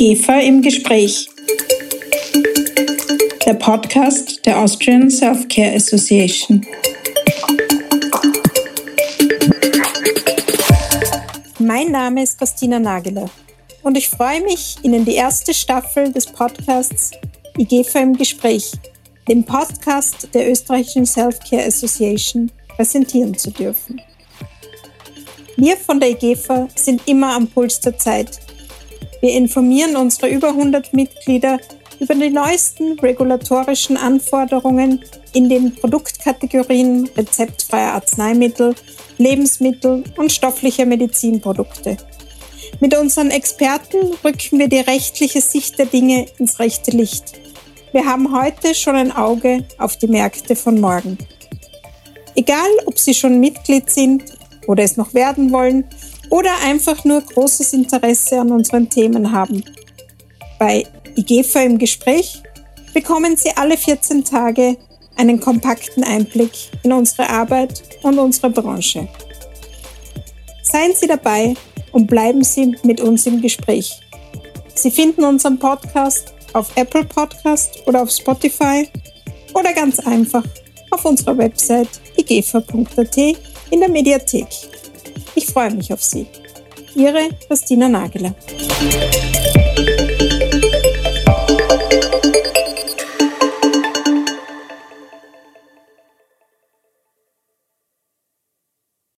IGEFA im Gespräch. Der Podcast der Austrian Self-Care Association. Mein Name ist Christina Nageler und ich freue mich, Ihnen die erste Staffel des Podcasts IGEFA im Gespräch, dem Podcast der österreichischen Self-Care Association, präsentieren zu dürfen. Wir von der IGEFA sind immer am Puls der Zeit. Wir informieren unsere über 100 Mitglieder über die neuesten regulatorischen Anforderungen in den Produktkategorien rezeptfreier Arzneimittel, Lebensmittel und stofflicher Medizinprodukte. Mit unseren Experten rücken wir die rechtliche Sicht der Dinge ins rechte Licht. Wir haben heute schon ein Auge auf die Märkte von morgen. Egal, ob Sie schon Mitglied sind oder es noch werden wollen oder einfach nur großes Interesse an unseren Themen haben. Bei IGEFA im Gespräch bekommen Sie alle 14 Tage einen kompakten Einblick in unsere Arbeit und unsere Branche. Seien Sie dabei und bleiben Sie mit uns im Gespräch. Sie finden unseren Podcast auf Apple Podcast oder auf Spotify oder ganz einfach auf unserer Website igefa.at in der Mediathek. Ich freue mich auf Sie. Ihre Christina Nageler.